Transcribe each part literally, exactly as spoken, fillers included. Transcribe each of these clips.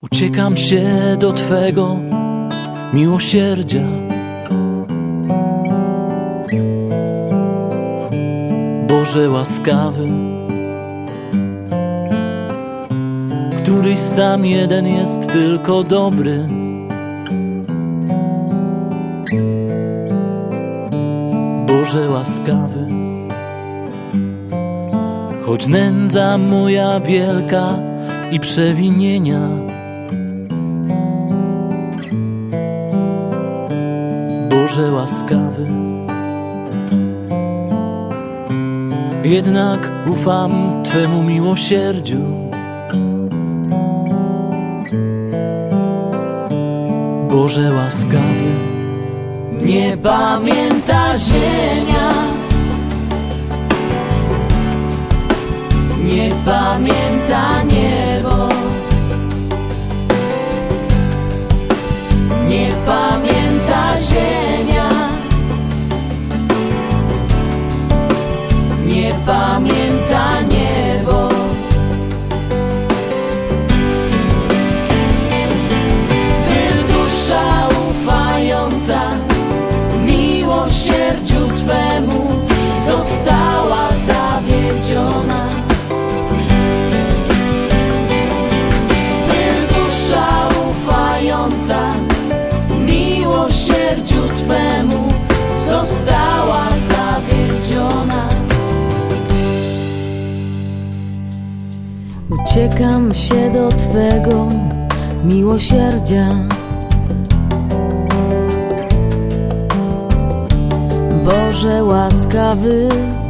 Uciekam się do Twego miłosierdzia. Boże łaskawy, któryś sam jeden jest tylko dobry. Boże łaskawy, choć nędza moja wielka i przewinienia, Boże łaskawy, jednak ufam Twemu miłosierdziu. Boże łaskawy, nie pamięta ziemia, nie pamięta niebo, nie pamięta ziemia, nie pamięta niebo. By dusza ufająca miłosierdziu Twemu została zawiedziona. By dusza ufająca miłosierdziu Twemu została zawiedziona. Uciekam się do Twego miłosierdzia. Boże łaskawy,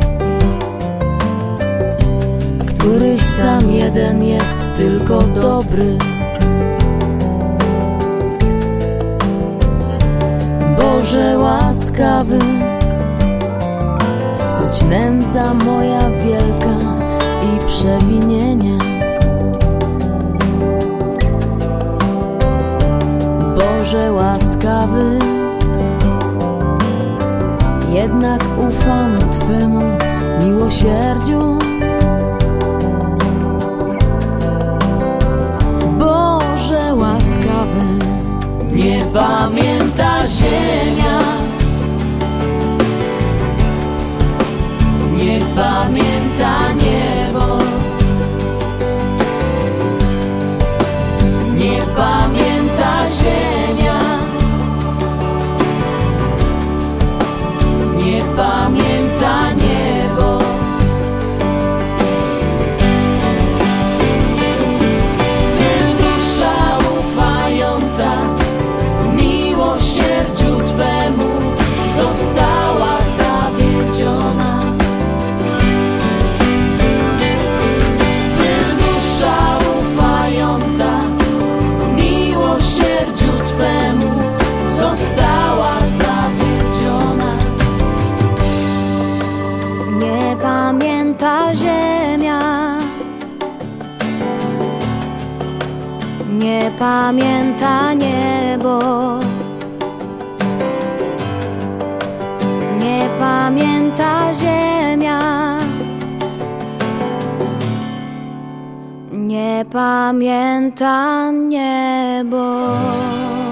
któryś sam jeden jest tylko dobry. Boże łaskawy, choć nędza moja wielka i przewinienia, Boże łaskawy, jednak ufam Twemu miłosierdziu. Boże łaskawy, nie pamięta ziemia, nie pamięta niebo, nie pamięta ziemia, nie pamięta niebo. By dusza ufająca miłosierdziu Twemu została zawiedziona. By dusza ufająca miłosierdziu Twemu została zawiedziona. nie pamięta ziemia, nie pamięta niebo, nie pamięta ziemia, nie pamięta niebo.